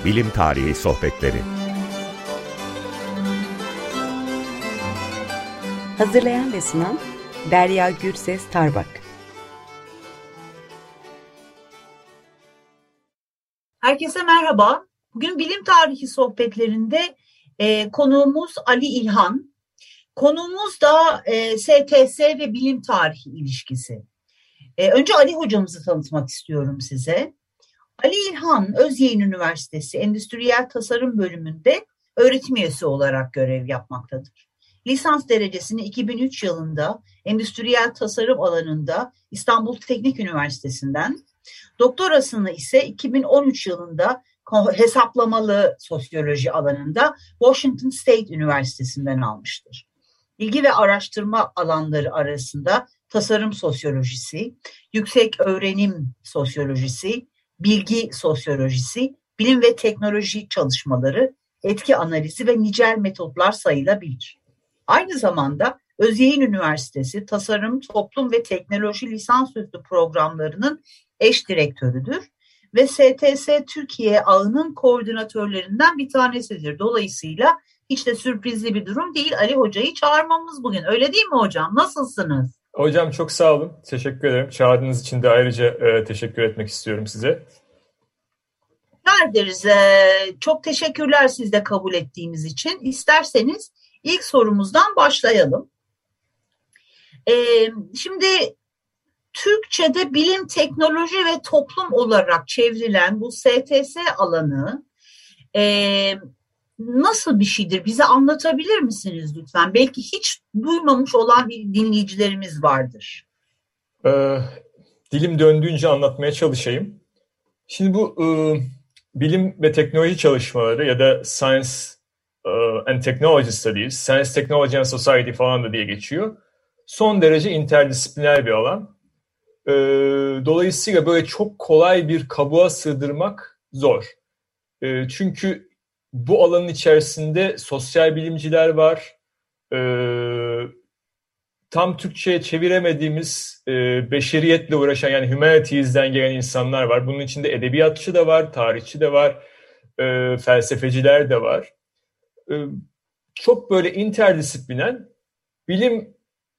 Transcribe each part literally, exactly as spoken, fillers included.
Bilim Tarihi Sohbetleri. Hazırlayan ve sunan Derya Gürses Tarbak. Herkese merhaba. Bugün Bilim Tarihi Sohbetlerinde e, konuğumuz Ali İlhan. Konuğumuz da e, S T S ve bilim tarihi ilişkisi. E, önce Ali hocamızı tanıtmak istiyorum size. Ali İlhan, Özyeğin Üniversitesi Endüstriyel Tasarım Bölümünde öğretim üyesi olarak görev yapmaktadır. Lisans derecesini iki bin üç yılında Endüstriyel Tasarım alanında İstanbul Teknik Üniversitesi'nden, doktorasını ise iki bin on üç yılında hesaplamalı sosyoloji alanında Washington State Üniversitesi'nden almıştır. İlgi ve araştırma alanları arasında tasarım sosyolojisi, yüksek öğrenim sosyolojisi, bilgi sosyolojisi, bilim ve teknoloji çalışmaları, etki analizi ve nicel metotlar sayılabilir. Aynı zamanda Özyeğin Üniversitesi Tasarım, Toplum ve Teknoloji Lisansüstü programlarının eş direktörüdür ve S T S Türkiye ağının koordinatörlerinden bir tanesidir. Dolayısıyla hiç de sürprizli bir durum değil Ali Hoca'yı çağırmamız bugün. Öyle değil mi hocam? Nasılsınız? Hocam çok sağ olun. Teşekkür ederim. Çağırdığınız için de ayrıca e, teşekkür etmek istiyorum size. Rica ederiz. E, çok teşekkürler siz de kabul ettiğiniz için. İsterseniz ilk sorumuzdan başlayalım. E, şimdi Türkçe'de bilim, teknoloji ve toplum olarak çevrilen bu S T S alanı e, nasıl bir şeydir? Bize anlatabilir misiniz lütfen? Belki hiç duymamış olan dinleyicilerimiz vardır. Ee, dilim döndüğünce anlatmaya çalışayım. Şimdi bu e, bilim ve teknoloji çalışmaları ya da Science and Technology Studies, Science, Technology and Society falan da diye geçiyor. Son derece interdisipliner bir alan. Ee, dolayısıyla böyle çok kolay bir kabuğa sığdırmak zor. Ee, çünkü bu alanın içerisinde sosyal bilimciler var. Ee, tam Türkçe'ye çeviremediğimiz e, beşeriyetle uğraşan yani humanities'den gelen insanlar var. Bunun içinde edebiyatçı da var, tarihçi de var, e, felsefeciler de var. E, çok böyle interdisipliner bilim,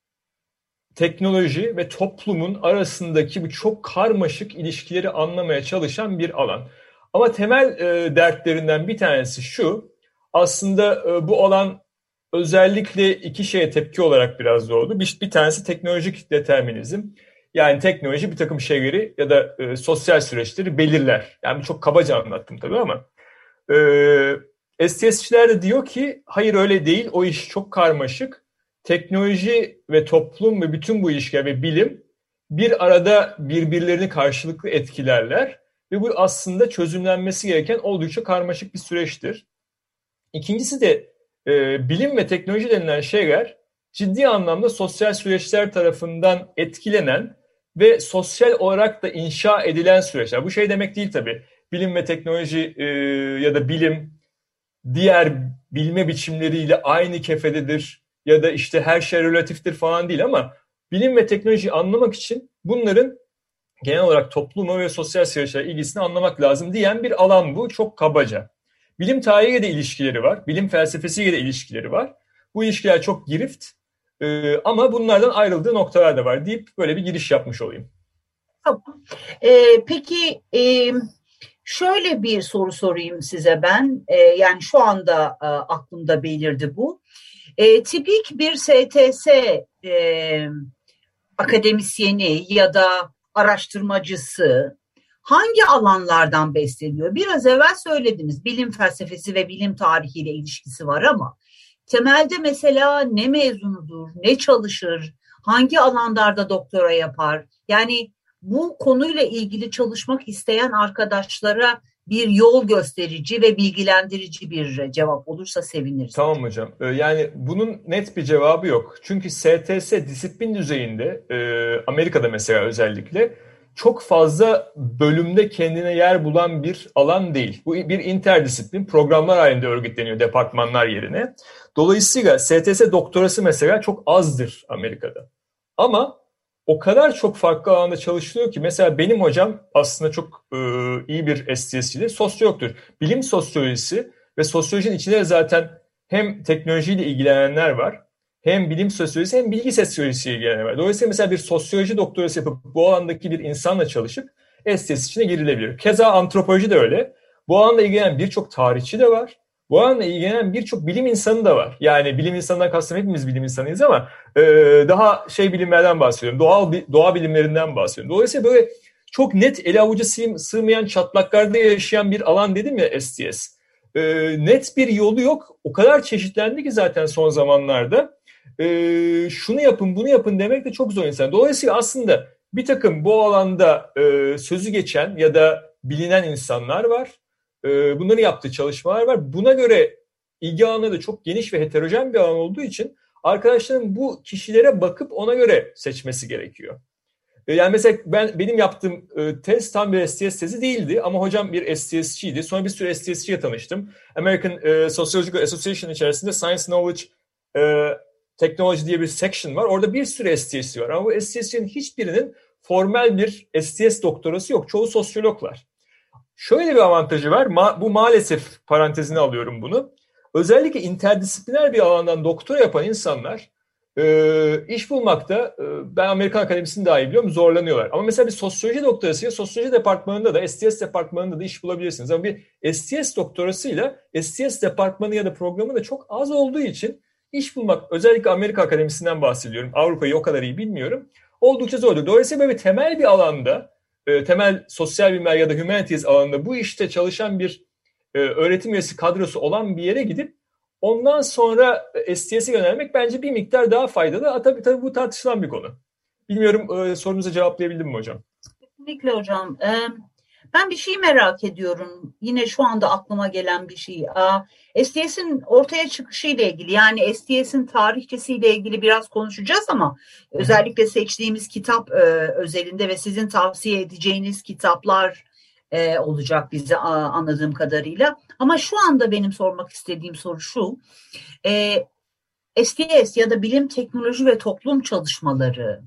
teknoloji ve toplumun arasındaki bu çok karmaşık ilişkileri anlamaya çalışan bir alan. Ama temel e, dertlerinden bir tanesi şu, aslında e, bu alan özellikle iki şeye tepki olarak biraz doğdu. Bir, bir tanesi teknolojik determinizm. Yani teknoloji bir takım şeyleri ya da e, sosyal süreçleri belirler. Yani çok kabaca anlattım tabii ama. E, S T S'çiler de diyor ki hayır öyle değil, o iş çok karmaşık. Teknoloji ve toplum ve bütün bu ilişkiler ve bilim bir arada birbirlerini karşılıklı etkilerler. Ve bu aslında çözümlenmesi gereken oldukça karmaşık bir süreçtir. İkincisi de e, bilim ve teknoloji denilen şeyler ciddi anlamda sosyal süreçler tarafından etkilenen ve sosyal olarak da inşa edilen süreçler. Bu şey demek değil tabii. Bilim ve teknoloji e, ya da bilim diğer bilme biçimleriyle aynı kefededir ya da işte her şey relatiftir falan değil ama bilim ve teknolojiyi anlamak için bunların genel olarak topluma ve sosyal süreçlere ilgisini anlamak lazım diyen bir alan bu. Çok kabaca. Bilim tarihiyle de ilişkileri var. Bilim felsefesiyle de ilişkileri var. Bu ilişkiler çok girift e, ama bunlardan ayrıldığı noktalar da var deyip böyle bir giriş yapmış olayım. Tamam. Ee, peki e, şöyle bir soru sorayım size ben. E, yani şu anda e, aklımda belirdi bu. E, tipik bir S T S e, akademisyeni ya da araştırmacısı hangi alanlardan besleniyor? Biraz evvel söylediniz bilim felsefesi ve bilim tarihiyle ilişkisi var ama temelde mesela ne mezunudur, ne çalışır, hangi alanlarda doktora yapar? Yani bu konuyla ilgili çalışmak isteyen arkadaşlara bir yol gösterici ve bilgilendirici bir cevap olursa seviniriz. Tamam hocam. Yani bunun net bir cevabı yok. Çünkü S T S disiplin düzeyinde Amerika'da mesela özellikle çok fazla bölümde kendine yer bulan bir alan değil. Bu bir interdisiplin programlar halinde örgütleniyor departmanlar yerine. Dolayısıyla S T S doktorası mesela çok azdır Amerika'da. Ama o kadar çok farklı alanda çalışılıyor ki mesela benim hocam aslında çok e, iyi bir S T S'ciydi. Sosyologtur. Bilim sosyolojisi ve sosyolojinin içinde zaten hem teknolojiyle ilgilenenler var, hem bilim sosyolojisi hem bilgi sosyolojisiyle ilgilenenler var. Dolayısıyla mesela bir sosyoloji doktorası yapıp bu alandaki bir insanla çalışıp S T S içine girilebilir. Keza antropoloji de öyle. Bu alanda ilgilenen birçok tarihçi de var. Bu alanla ilgilenen birçok bilim insanı da var. Yani bilim insanından kastım hepimiz bilim insanıyız ama e, daha şey bilimlerden bahsediyorum. Doğal doğa bilimlerinden bahsediyorum. Dolayısıyla böyle çok net ele avuca sığmayan çatlaklarda yaşayan bir alan dedim ya S T S. E, net bir yolu yok. O kadar çeşitlendi ki zaten son zamanlarda. E, şunu yapın bunu yapın demek de çok zor insan. Dolayısıyla aslında bir takım bu alanda e, sözü geçen ya da bilinen insanlar var. Bunların yaptığı çalışmalar var. Buna göre ilgi alanları da çok geniş ve heterojen bir alan olduğu için arkadaşların bu kişilere bakıp ona göre seçmesi gerekiyor. Yani mesela ben benim yaptığım tez tam bir S T S tezi değildi ama hocam bir S T S'ciydi. Sonra bir sürü S T S'ciyle tanıştım. American Sociological Association içerisinde Science Knowledge Technology diye bir section var. Orada bir sürü S T S'ci var ama bu S T S'cinin hiçbirinin formal bir S T S doktorası yok. Çoğu sosyologlar. Şöyle bir avantajı var. Ma- bu maalesef parantezine alıyorum bunu. Özellikle interdisipliner bir alandan doktora yapan insanlar e, iş bulmakta, e, ben Amerikan akademisini daha iyi biliyorum, zorlanıyorlar. Ama mesela bir sosyoloji doktorasıyla sosyoloji departmanında da S T S departmanında da iş bulabilirsiniz. Ama bir S T S doktorasıyla S T S departmanı ya da programı da çok az olduğu için iş bulmak, özellikle Amerika akademisinden bahsediyorum. Avrupa'yı o kadar iyi bilmiyorum. Oldukça zordur. Dolayısıyla böyle temel bir alanda, temel sosyal bilimler ya da humanities alanında bu işte çalışan bir e, öğretim üyesi kadrosu olan bir yere gidip ondan sonra S T S'e yönelmek bence bir miktar daha faydalı. Tabii tabii bu tartışılan bir konu. Bilmiyorum e, sorunuza cevaplayabildim mi hocam? Kesinlikle hocam. Ee, ben bir şey merak ediyorum. Yine şu anda aklıma gelen bir şey. S T S'in ortaya çıkışıyla ilgili, yani S T S'in tarihçesiyle ilgili biraz konuşacağız ama Hı-hı. özellikle seçtiğimiz kitap e, özelinde ve sizin tavsiye edeceğiniz kitaplar e, olacak bize a, anladığım kadarıyla. Ama şu anda benim sormak istediğim soru şu. E, S T S ya da bilim, teknoloji ve toplum çalışmaları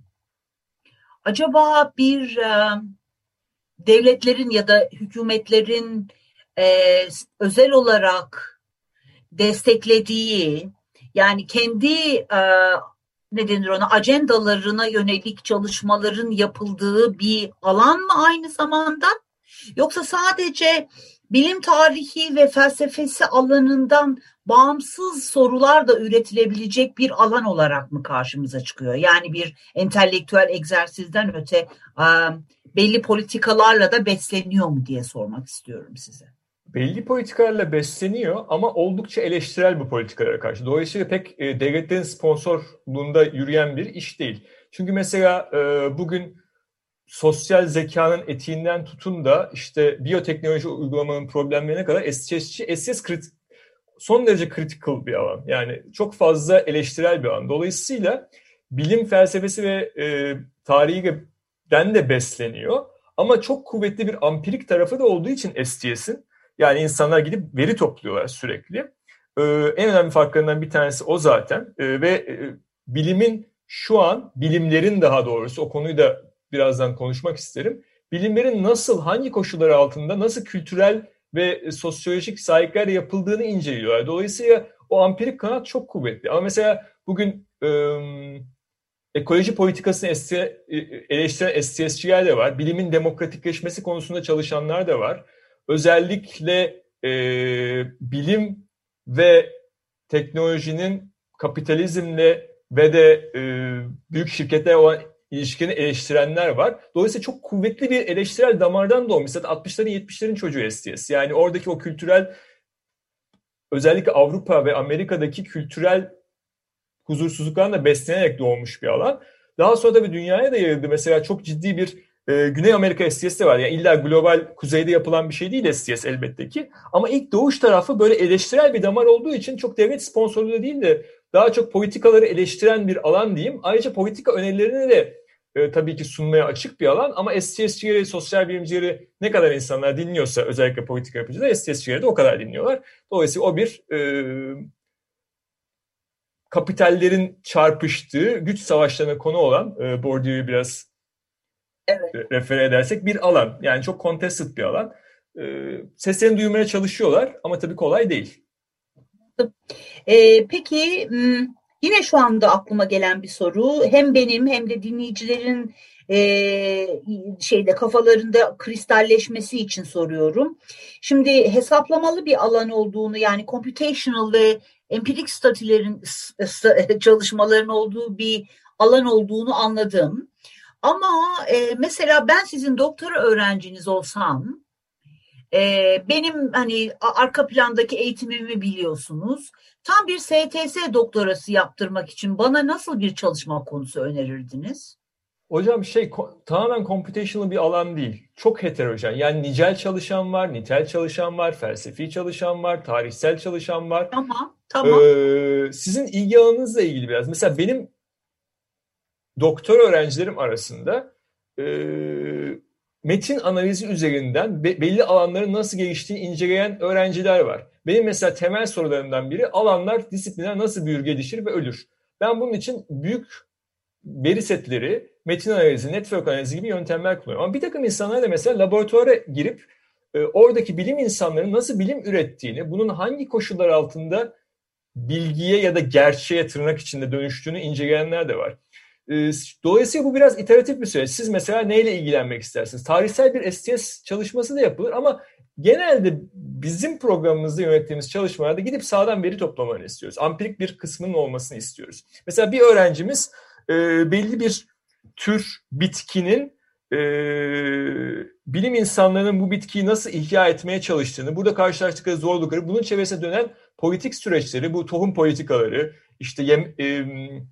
acaba bir e, devletlerin ya da hükümetlerin e, özel olarak desteklediği, yani kendi e, ne denir ona, ajendalarına yönelik çalışmaların yapıldığı bir alan mı aynı zamanda? Yoksa sadece bilim tarihi ve felsefesi alanından bağımsız sorular da üretilebilecek bir alan olarak mı karşımıza çıkıyor? Yani bir entelektüel egzersizden öte e, belli politikalarla da besleniyor mu diye sormak istiyorum size. Belli politikalarla besleniyor ama oldukça eleştirel bu politikalara karşı. Dolayısıyla pek e, devletlerin sponsorluğunda yürüyen bir iş değil. Çünkü mesela e, bugün sosyal zekanın etiğinden tutun da işte biyoteknoloji uygulamanın problemlerine kadar S T S, S T S kritik, son derece critical bir alan. Yani çok fazla eleştirel bir alan. Dolayısıyla bilim felsefesi ve e, tarihinden de besleniyor. Ama çok kuvvetli bir ampirik tarafı da olduğu için S T S'in, yani insanlar gidip veri topluyorlar sürekli. Ee, en önemli farklarından bir tanesi o zaten. Ee, ve e, bilimin şu an, bilimlerin daha doğrusu, o konuyu da birazdan konuşmak isterim. Bilimlerin nasıl, hangi koşullar altında, nasıl kültürel ve sosyolojik sahiplerle yapıldığını inceliyorlar. Dolayısıyla o ampirik kanat çok kuvvetli. Ama mesela bugün e, ekoloji politikasını eleştiren S T S'ciler de var. Bilimin demokratikleşmesi konusunda çalışanlar da var. Özellikle e, bilim ve teknolojinin kapitalizmle ve de e, büyük şirketler olan ilişkini eleştirenler var. Dolayısıyla çok kuvvetli bir eleştirel damardan doğmuş. Zaten altmışların yetmişlerin çocuğu S T S. Yani oradaki o kültürel, özellikle Avrupa ve Amerika'daki kültürel huzursuzluklarla da beslenerek doğmuş bir alan. Daha sonra tabii dünyaya da yayıldı. Mesela çok ciddi bir e, Güney Amerika S T S de var. Yani illa global kuzeyde yapılan bir şey değil S T S elbette ki. Ama ilk doğuş tarafı böyle eleştirel bir damar olduğu için çok devlet sponsorlu da değil de daha çok politikaları eleştiren bir alan diyeyim. Ayrıca politika önerilerini de e, tabii ki sunmaya açık bir alan. Ama S T S'cileri, sosyal bilimcileri ne kadar insanlar dinliyorsa, özellikle politika yapıcıları, S T S'cileri de o kadar dinliyorlar. Dolayısıyla o bir e, kapitallerin çarpıştığı, güç savaşlarına konu olan, e, Bourdieu'yu biraz evet. e, refere edersek bir alan. Yani çok contested bir alan. E, seslerini duyurmaya çalışıyorlar ama tabii kolay değil. E, peki yine şu anda aklıma gelen bir soru, hem benim hem de dinleyicilerin e, şeyde kafalarında kristalleşmesi için soruyorum. Şimdi hesaplamalı bir alan olduğunu, yani computational ve empirik statilerin çalışmaların olduğu bir alan olduğunu anladım. Ama e, mesela ben sizin doktora öğrenciniz olsam, Ee, benim hani arka plandaki eğitimimi biliyorsunuz. Tam bir S T S doktorası yaptırmak için bana nasıl bir çalışma konusu önerirdiniz? Hocam şey tamamen computational bir alan değil. Çok heterojen. Yani nicel çalışan var, nitel çalışan var, felsefi çalışan var, tarihsel çalışan var. Tamam, tamam. Ee, sizin ilgi alanınızla ilgili biraz. Mesela benim doktor öğrencilerim arasında e, metin analizi üzerinden be, belli alanların nasıl geliştiğini inceleyen öğrenciler var. Benim mesela temel sorularımdan biri alanlar, disiplinler nasıl büyür, gelişir ve ölür. Ben bunun için büyük veri setleri, metin analizi, network analizi gibi yöntemler kullanıyorum. Ama bir takım insanlar da mesela laboratuvara girip e, oradaki bilim insanlarının nasıl bilim ürettiğini, bunun hangi koşullar altında bilgiye ya da gerçeğe tırnak içinde dönüştüğünü inceleyenler de var. Dolayısıyla bu biraz iteratif bir süreç. Siz mesela neyle ilgilenmek istersiniz? Tarihsel bir S T S çalışması da yapılır ama genelde bizim programımızda yönettiğimiz çalışmalarda gidip sahadan veri toplamanı istiyoruz. Ampirik bir kısmının olmasını istiyoruz. Mesela bir öğrencimiz e, belli bir tür bitkinin e, bilim insanlarının bu bitkiyi nasıl ihya etmeye çalıştığını, burada karşılaştıkları zorlukları, bunun çevresine dönen politik süreçleri, bu tohum politikaları, işte yem, e,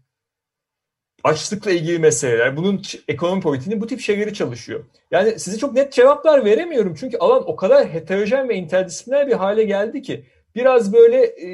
açlıkla ilgili meseleler, bunun ekonomi politiğini, bu tip şeyleri çalışıyor. Yani size çok net cevaplar veremiyorum çünkü alan o kadar heterojen ve interdisipliner bir hale geldi ki biraz böyle e,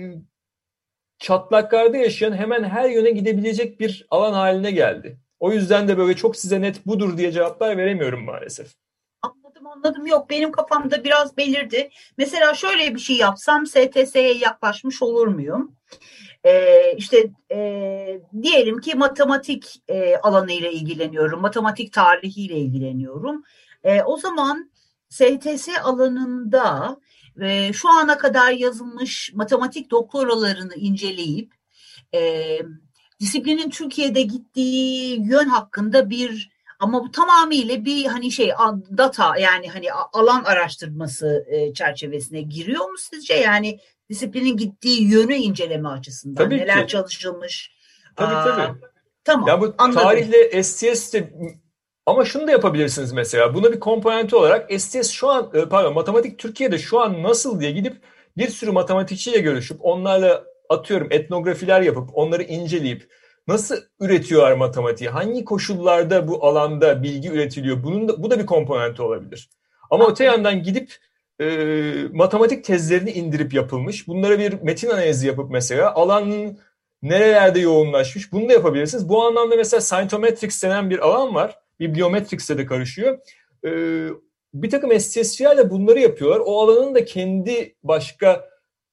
çatlaklarda yaşayan, hemen her yöne gidebilecek bir alan haline geldi. O yüzden de böyle çok size net budur diye cevaplar veremiyorum maalesef. Anladım anladım. Yok, benim kafamda biraz belirdi. Mesela şöyle bir şey yapsam S T S'ye yaklaşmış olur muyum? Ee, işte e, diyelim ki matematik e, alanıyla ilgileniyorum, matematik tarihiyle ilgileniyorum. E, o zaman S T S alanında e, şu ana kadar yazılmış matematik doktoralarını inceleyip e, disiplinin Türkiye'de gittiği yön hakkında bir, ama bu tamamıyla bir hani şey data, yani hani alan araştırması e, çerçevesine giriyor mu sizce? Yani disiplinin gittiği yönü inceleme açısından tabii neler ki çalışılmış? Tabii Aa, tabii. Tamam. Ya bu anladım. tarihle S T S'te, ama şunu da yapabilirsiniz mesela. Buna bir komponenti olarak S T S şu an, pardon, matematik Türkiye'de şu an nasıl diye gidip bir sürü matematikçiyle görüşüp onlarla atıyorum etnografiler yapıp onları inceleyip nasıl üretiyorlar matematiği, hangi koşullarda bu alanda bilgi üretiliyor, bunun da, bu da bir komponenti olabilir. Ama Anladım. öte yandan gidip e, matematik tezlerini indirip yapılmış, bunlara bir metin analizi yapıp mesela alanın nerelerde yoğunlaşmış, bunu da yapabilirsiniz. Bu anlamda mesela Scientometrics denen bir alan var. Bibliometrics'e de karışıyor. Ee, bir takım S T S'cilerle bunları yapıyorlar. O alanın da kendi başka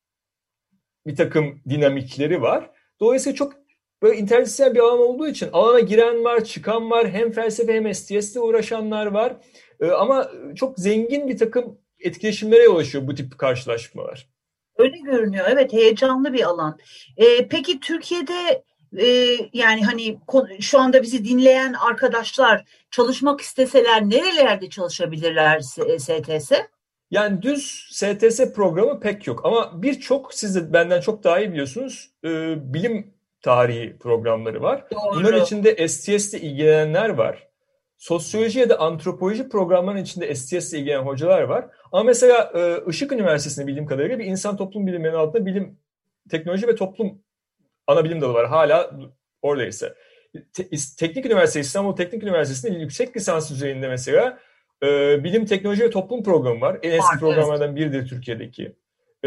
bir takım dinamikleri var. Dolayısıyla çok böyle interdisipliner bir alan olduğu için alana giren var, çıkan var. Hem felsefe hem S T S'le uğraşanlar var. Ee, ama çok zengin bir takım etkileşimlere yol açıyor bu tip karşılaşmalar. Öyle görünüyor. Evet, heyecanlı bir alan. Ee, peki Türkiye'de e, yani hani şu anda bizi dinleyen arkadaşlar çalışmak isteseler nerelerde çalışabilirler S T S? Yani düz S T S programı pek yok ama birçok, siz de benden çok daha iyi biliyorsunuz, e, bilim tarihi programları var. Doğru. Bunların içinde S T S'le ilgilenenler var. Sosyoloji ya da antropoloji programlarının içinde S T S'le ilgilenen hocalar var. Ama mesela e, Işık Üniversitesi'nde bildiğim kadarıyla bir insan toplum bilimlerinin altında bilim, teknoloji ve toplum ana bilim dalı var. Hala oradaysa. Te- Teknik Üniversitesi, İstanbul Teknik Üniversitesi'nde yüksek lisans düzeyinde mesela e, bilim, teknoloji ve toplum programı var. En eski programlardan biridir Türkiye'deki. E,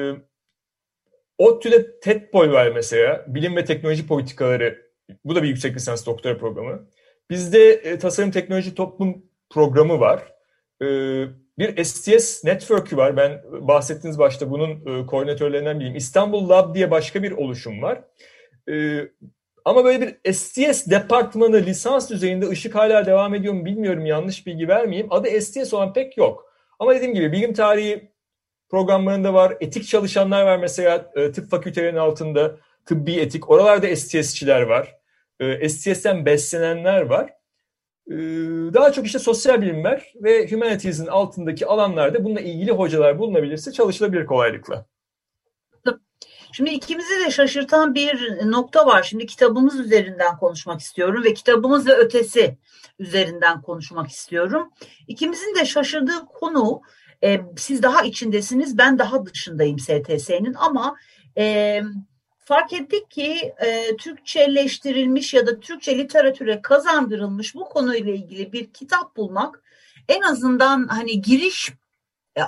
ODTÜ'de TEDPOL var mesela. Bilim ve teknoloji politikaları. Bu da bir yüksek lisans doktora programı. Bizde e, tasarım, teknoloji, toplum programı var. E, bir S T S Network'ü var. Ben bahsettiğiniz başta bunun e, koordinatörlerinden biriyim. İstanbul Lab diye başka bir oluşum var. E, ama böyle bir S T S departmanı lisans düzeyinde, Işık hala devam ediyor mu bilmiyorum, yanlış bilgi vermeyeyim. Adı S T S olan pek yok. Ama dediğim gibi bilim tarihi programlarında var. Etik çalışanlar var mesela e, tıp fakültelerinin altında. Tıbbi etik. Oralarda S T S'çiler var. E, S T S'ten beslenenler var. E, daha çok işte sosyal bilimler ve humanities'in altındaki alanlarda bununla ilgili hocalar bulunabilirse çalışılabilir kolaylıkla. Şimdi ikimizi de şaşırtan bir nokta var. Şimdi kitabımız üzerinden konuşmak istiyorum ve kitabımız ve ötesi üzerinden konuşmak istiyorum. İkimizin de şaşırdığı konu, e, siz daha içindesiniz, ben daha dışındayım S T S'nin, ama e, fark ettik ki e, Türkçeleştirilmiş ya da Türkçe literatüre kazandırılmış bu konuyla ilgili bir kitap bulmak en azından hani giriş e,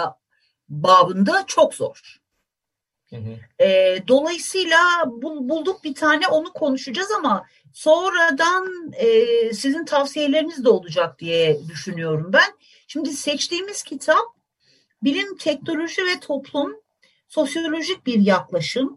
babında çok zor. Hı hı. E, dolayısıyla bu, bulduk bir tane, onu konuşacağız ama sonradan e, sizin tavsiyeleriniz de olacak diye düşünüyorum ben. Şimdi seçtiğimiz kitap Bilim, Teknoloji ve Toplum, sosyolojik bir yaklaşım.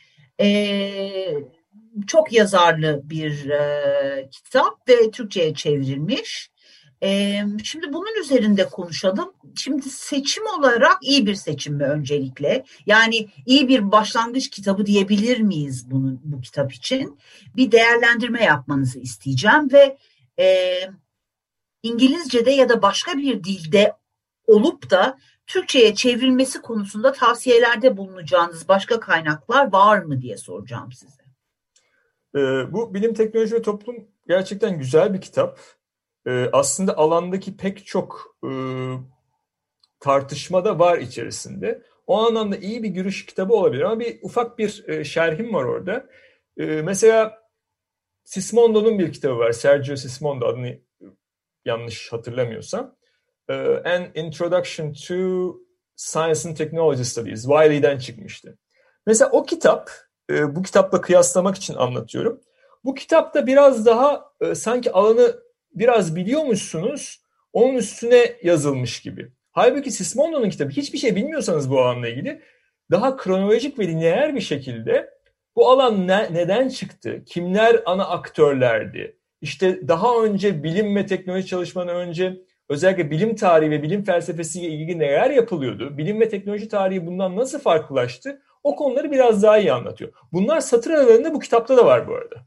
E, çok yazarlı bir e, kitap ve Türkçe'ye çevrilmiş. E, şimdi bunun üzerinde konuşalım. Şimdi seçim olarak iyi bir seçim mi öncelikle? Yani iyi bir başlangıç kitabı diyebilir miyiz bunun, bu kitap için? Bir değerlendirme yapmanızı isteyeceğim ve e, İngilizce'de ya da başka bir dilde olup da Türkçe'ye çevrilmesi konusunda tavsiyelerde bulunacağınız başka kaynaklar var mı diye soracağım size. Ee, bu Bilim, Teknoloji ve Toplum gerçekten güzel bir kitap. Ee, aslında alandaki pek çok e, tartışma da var içerisinde. O anlamda iyi bir giriş kitabı olabilir ama bir ufak bir e, şerhim var orada. E, mesela Sismondo'nun bir kitabı var. Sergio Sismondo, adını yanlış hatırlamıyorsam. An Introduction to Science and Technology Studies, Wiley'den çıkmıştı. Mesela o kitap, bu kitapla kıyaslamak için anlatıyorum. Bu kitapta biraz daha sanki alanı biraz biliyormuşsunuz, onun üstüne yazılmış gibi. Halbuki Sismondo'nun kitabı, hiçbir şey bilmiyorsanız bu alanla ilgili, daha kronolojik ve lineer bir şekilde bu alan ne, neden çıktı, kimler ana aktörlerdi, İşte daha önce bilim ve teknoloji çalışmadan önce özellikle bilim tarihi ve bilim felsefesiyle ilgili neler yapılıyordu? Bilim ve teknoloji tarihi bundan nasıl farklılaştı? O konuları biraz daha iyi anlatıyor. Bunlar satır aralarında bu kitapta da var bu arada.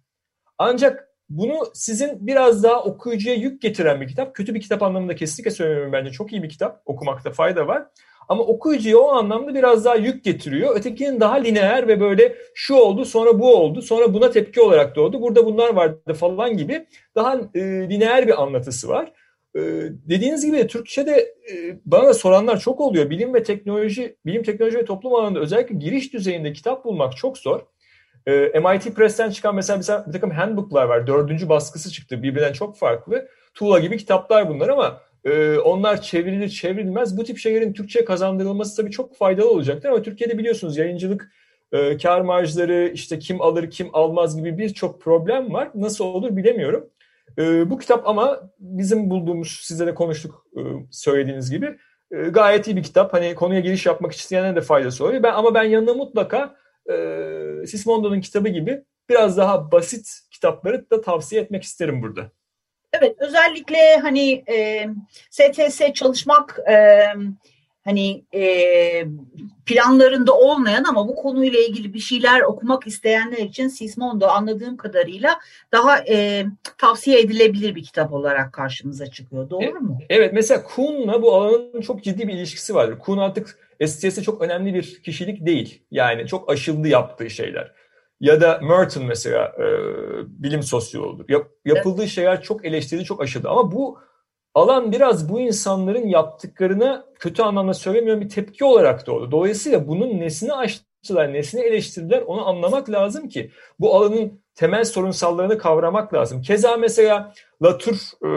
Ancak bunu sizin biraz daha okuyucuya yük getiren bir kitap. Kötü bir kitap anlamında kesinlikle söylemiyorum, bence çok iyi bir kitap. Okumakta fayda var. Ama okuyucuya o anlamda biraz daha yük getiriyor. Ötekinin daha lineer ve böyle şu oldu, sonra bu oldu, sonra buna tepki olarak doğdu, burada bunlar vardı falan gibi daha e, lineer bir anlatısı var. E, dediğiniz gibi de Türkçe'de e, bana da soranlar çok oluyor. Bilim ve teknoloji, bilim, teknoloji ve toplum alanında özellikle giriş düzeyinde kitap bulmak çok zor. E, M I T Press'ten çıkan mesela, mesela bir takım handbook'lar var. Dördüncü baskısı çıktı. Birbirinden çok farklı. Tuğla gibi kitaplar bunlar ama Ee, onlar çevrilir çevrilmez. Bu tip şeylerin Türkçe kazandırılması tabii çok faydalı olacaktır ama Türkiye'de biliyorsunuz yayıncılık, e, kar marjları, işte kim alır kim almaz gibi birçok problem var. Nasıl olur bilemiyorum. E, bu kitap ama bizim bulduğumuz, sizle de konuştuk e, söylediğiniz gibi e, gayet iyi bir kitap. Hani konuya giriş yapmak isteyenlere de faydası oluyor. Ben, ama ben yanına mutlaka e, Sismondo'nun kitabı gibi biraz daha basit kitapları da tavsiye etmek isterim burada. Evet, özellikle hani e, S T S çalışmak e, hani e, planlarında olmayan ama bu konuyla ilgili bir şeyler okumak isteyenler için Sismondo anladığım kadarıyla daha e, tavsiye edilebilir bir kitap olarak karşımıza çıkıyor. Doğru evet, mu? Evet, mesela Kuhn'la bu alanın çok ciddi bir ilişkisi vardır. Kuhn artık S T S'e çok önemli bir kişilik değil. Yani çok aşıldı yaptığı şeyler. Ya da Merton mesela e, bilim sosyoloğudur. Yap, yapıldığı evet. şeyler çok eleştirildi, çok aşıldı. Ama bu alan biraz bu insanların yaptıklarına, kötü anlamda söylemiyorum, bir tepki olarak doğdu. Dolayısıyla bunun nesini aştılar, nesini eleştirdiler, onu anlamak lazım ki bu alanın temel sorunsallarını kavramak lazım. Keza mesela Latour e,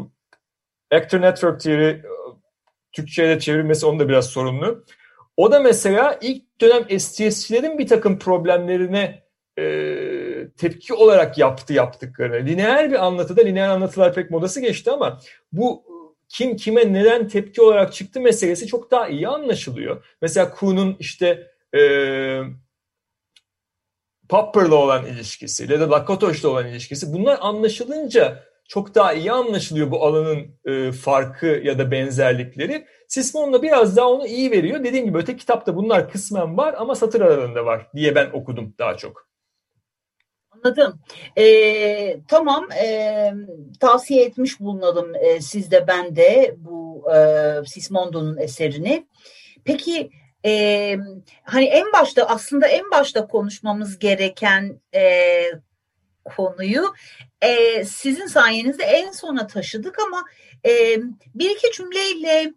Actor Network Theory, Türkçe'ye çevrilmesi onun da biraz sorunlu. O da mesela ilk dönem S T S'çilerin bir takım problemlerine E, tepki olarak yaptı yaptıklarını. Lineer bir anlatıda, lineer anlatılar pek modası geçti ama bu kim kime neden tepki olarak çıktı meselesi çok daha iyi anlaşılıyor. Mesela Kuhn'un işte e, Popper'la olan ilişkisi ya da Lakatos olan ilişkisi, bunlar anlaşılınca çok daha iyi anlaşılıyor bu alanın e, farkı ya da benzerlikleri. Sismon'la biraz daha onu iyi veriyor. Dediğim gibi öteki kitapta bunlar kısmen var ama satır aralığında var diye ben okudum daha çok. Anladım. Ee, tamam, ee, tavsiye etmiş bulunalım ee, siz de ben de bu e, Sismondo'nun eserini. Peki e, hani en başta aslında en başta konuşmamız gereken e, konuyu e, sizin sayenizde en sona taşıdık ama e, bir iki cümleyle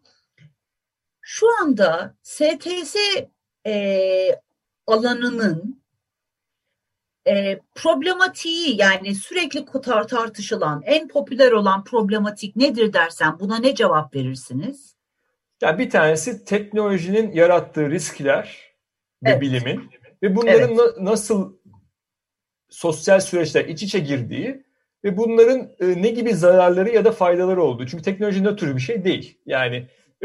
şu anda S T S e, alanının e, problematiği, yani sürekli kutar tartışılan en popüler olan problematik nedir dersen buna ne cevap verirsiniz? Yani bir tanesi teknolojinin yarattığı riskler ve evet. bilimin ve bunların evet. na- nasıl sosyal süreçler iç içe girdiği ve bunların e, ne gibi zararları ya da faydaları olduğu. Çünkü teknoloji ne tür bir şey değil. Yani e,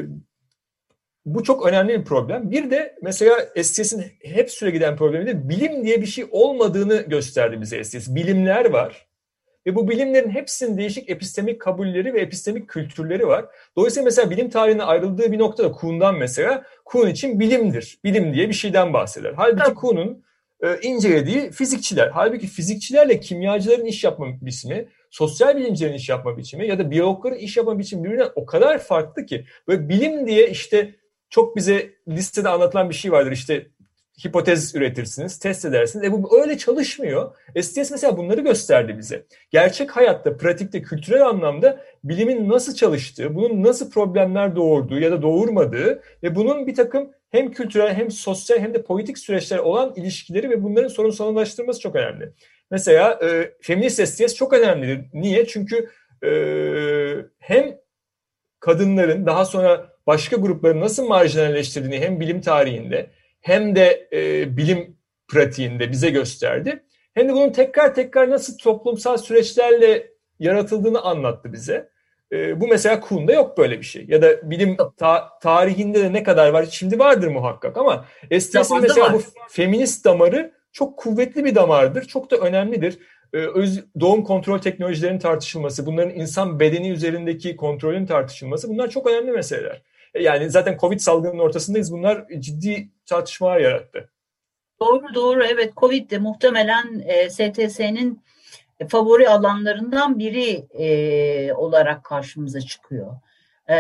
bu çok önemli bir problem. Bir de mesela S T S'in hep süre giden problemi de bilim diye bir şey olmadığını gösterdi bize S T S. Bilimler var. Ve bu bilimlerin hepsinin değişik epistemik kabulleri ve epistemik kültürleri var. Dolayısıyla mesela bilim tarihine ayrıldığı bir noktada Kuhn'dan mesela, Kuhn için bilimdir. Bilim diye bir şeyden bahseder. Halbuki Kuhn'un e, incelediği fizikçiler. Halbuki fizikçilerle kimyacıların iş yapma biçimi, sosyal bilimcilerin iş yapma biçimi ya da biyologların iş yapma biçimi birbirinden o kadar farklı ki. Böyle bilim diye işte çok bize listede anlatılan bir şey vardır. İşte hipotez üretirsiniz, test edersiniz. E bu öyle çalışmıyor. S T S mesela bunları gösterdi bize. Gerçek hayatta, pratikte, kültürel anlamda bilimin nasıl çalıştığı, bunun nasıl problemler doğurduğu ya da doğurmadığı ve bunun bir takım hem kültürel hem sosyal hem de politik süreçler olan ilişkileri ve bunların sorunsallaştırması çok önemli. Mesela e, feminist S T S çok önemlidir. Niye? Çünkü e, hem kadınların daha sonra başka grupları nasıl marjinalleştirdiğini hem bilim tarihinde hem de e, bilim pratiğinde bize gösterdi. Hem de bunun tekrar tekrar nasıl toplumsal süreçlerle yaratıldığını anlattı bize. E, bu mesela Kuhn'da yok böyle bir şey. Ya da bilim ta- tarihinde de ne kadar var? Şimdi vardır muhakkak ama S T S'in mesela var. Bu feminist damarı çok kuvvetli bir damardır. Çok da önemlidir. E, öz, doğum kontrol teknolojilerinin tartışılması, bunların insan bedeni üzerindeki kontrolün tartışılması, bunlar çok önemli meseleler. Yani zaten Covid salgının ortasındayız. Bunlar ciddi tartışmalar yarattı. Doğru doğru evet, Covid de muhtemelen e, S T S'nin favori alanlarından biri e, olarak karşımıza çıkıyor. E,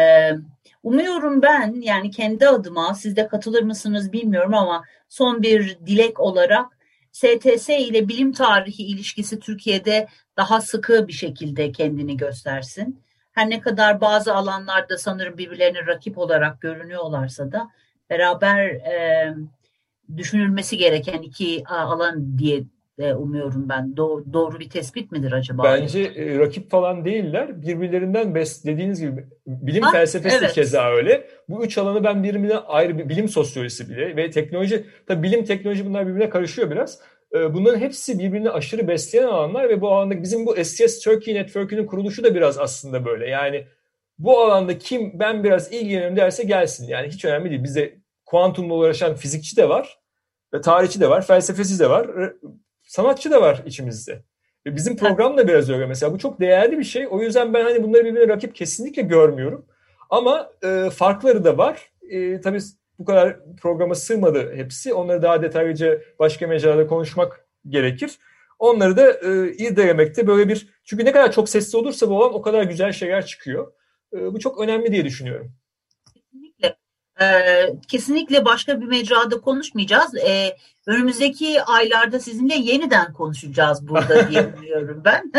umuyorum ben, yani kendi adıma, siz de katılır mısınız bilmiyorum ama son bir dilek olarak S T S ile bilim tarihi ilişkisi Türkiye'de daha sıkı bir şekilde kendini göstersin. Her ne kadar bazı alanlarda sanırım birbirlerine rakip olarak görünüyorlarsa da beraber e, düşünülmesi gereken iki alan diye e, umuyorum ben. Do- doğru bir tespit midir acaba? Bence e, rakip falan değiller. Birbirlerinden bes dediğiniz gibi bilim ha, felsefesi evet. Keza öyle. Bu üç alanı ben birbirinden ayrı, bir bilim sosyolojisi bile ve teknoloji, tabii bilim teknoloji bunlar birbirine karışıyor biraz. Bunların hepsi birbirini aşırı besleyen alanlar ve bu alanda bizim bu S T S Turkey Network'ünün kuruluşu da biraz aslında böyle. Yani bu alanda kim ben biraz ilgileniyorum derse gelsin. Yani hiç önemli değil. Bizde kuantumla uğraşan fizikçi de var, tarihçi de var, felsefeci de var, sanatçı da var içimizde. Ve bizim program da biraz öyle mesela. Bu çok değerli bir şey. O yüzden ben hani bunları birbirine rakip kesinlikle görmüyorum. Ama e, farkları da var. E, tabii bu kadar programa sığmadı hepsi. Onları daha detaylıca başka mecrada konuşmak gerekir. Onları da e, irdelemekte böyle bir... Çünkü ne kadar çok sesli olursa bu olan o kadar güzel şeyler çıkıyor. E, bu çok önemli diye düşünüyorum. Kesinlikle. Ee, kesinlikle başka bir mecrada konuşmayacağız. Ee, önümüzdeki aylarda sizinle yeniden konuşacağız burada diye umuyorum ben.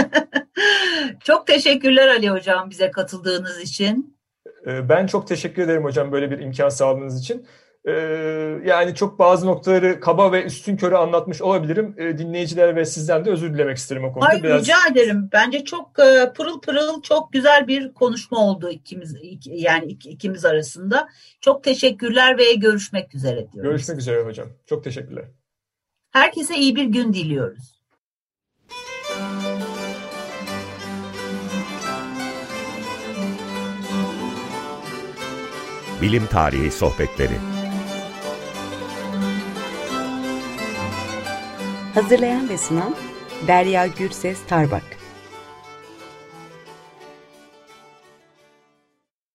Çok teşekkürler Ali Hocam bize katıldığınız için. Ben çok teşekkür ederim hocam böyle bir imkan sağladığınız için. Yani çok bazı noktaları kaba ve üstünkörü anlatmış olabilirim. Dinleyiciler ve sizden de özür dilemek isterim o konuda. Hayır, biraz... rica ederim. Bence çok pırıl pırıl, çok güzel bir konuşma oldu ikimiz, yani ikimiz arasında. Çok teşekkürler ve görüşmek üzere diyoruz. Görüşmek üzere hocam. Çok teşekkürler. Herkese iyi bir gün diliyoruz. Bilim Tarihi Sohbetleri. Hazırlayan ve sunan Derya Gürses Tarbak.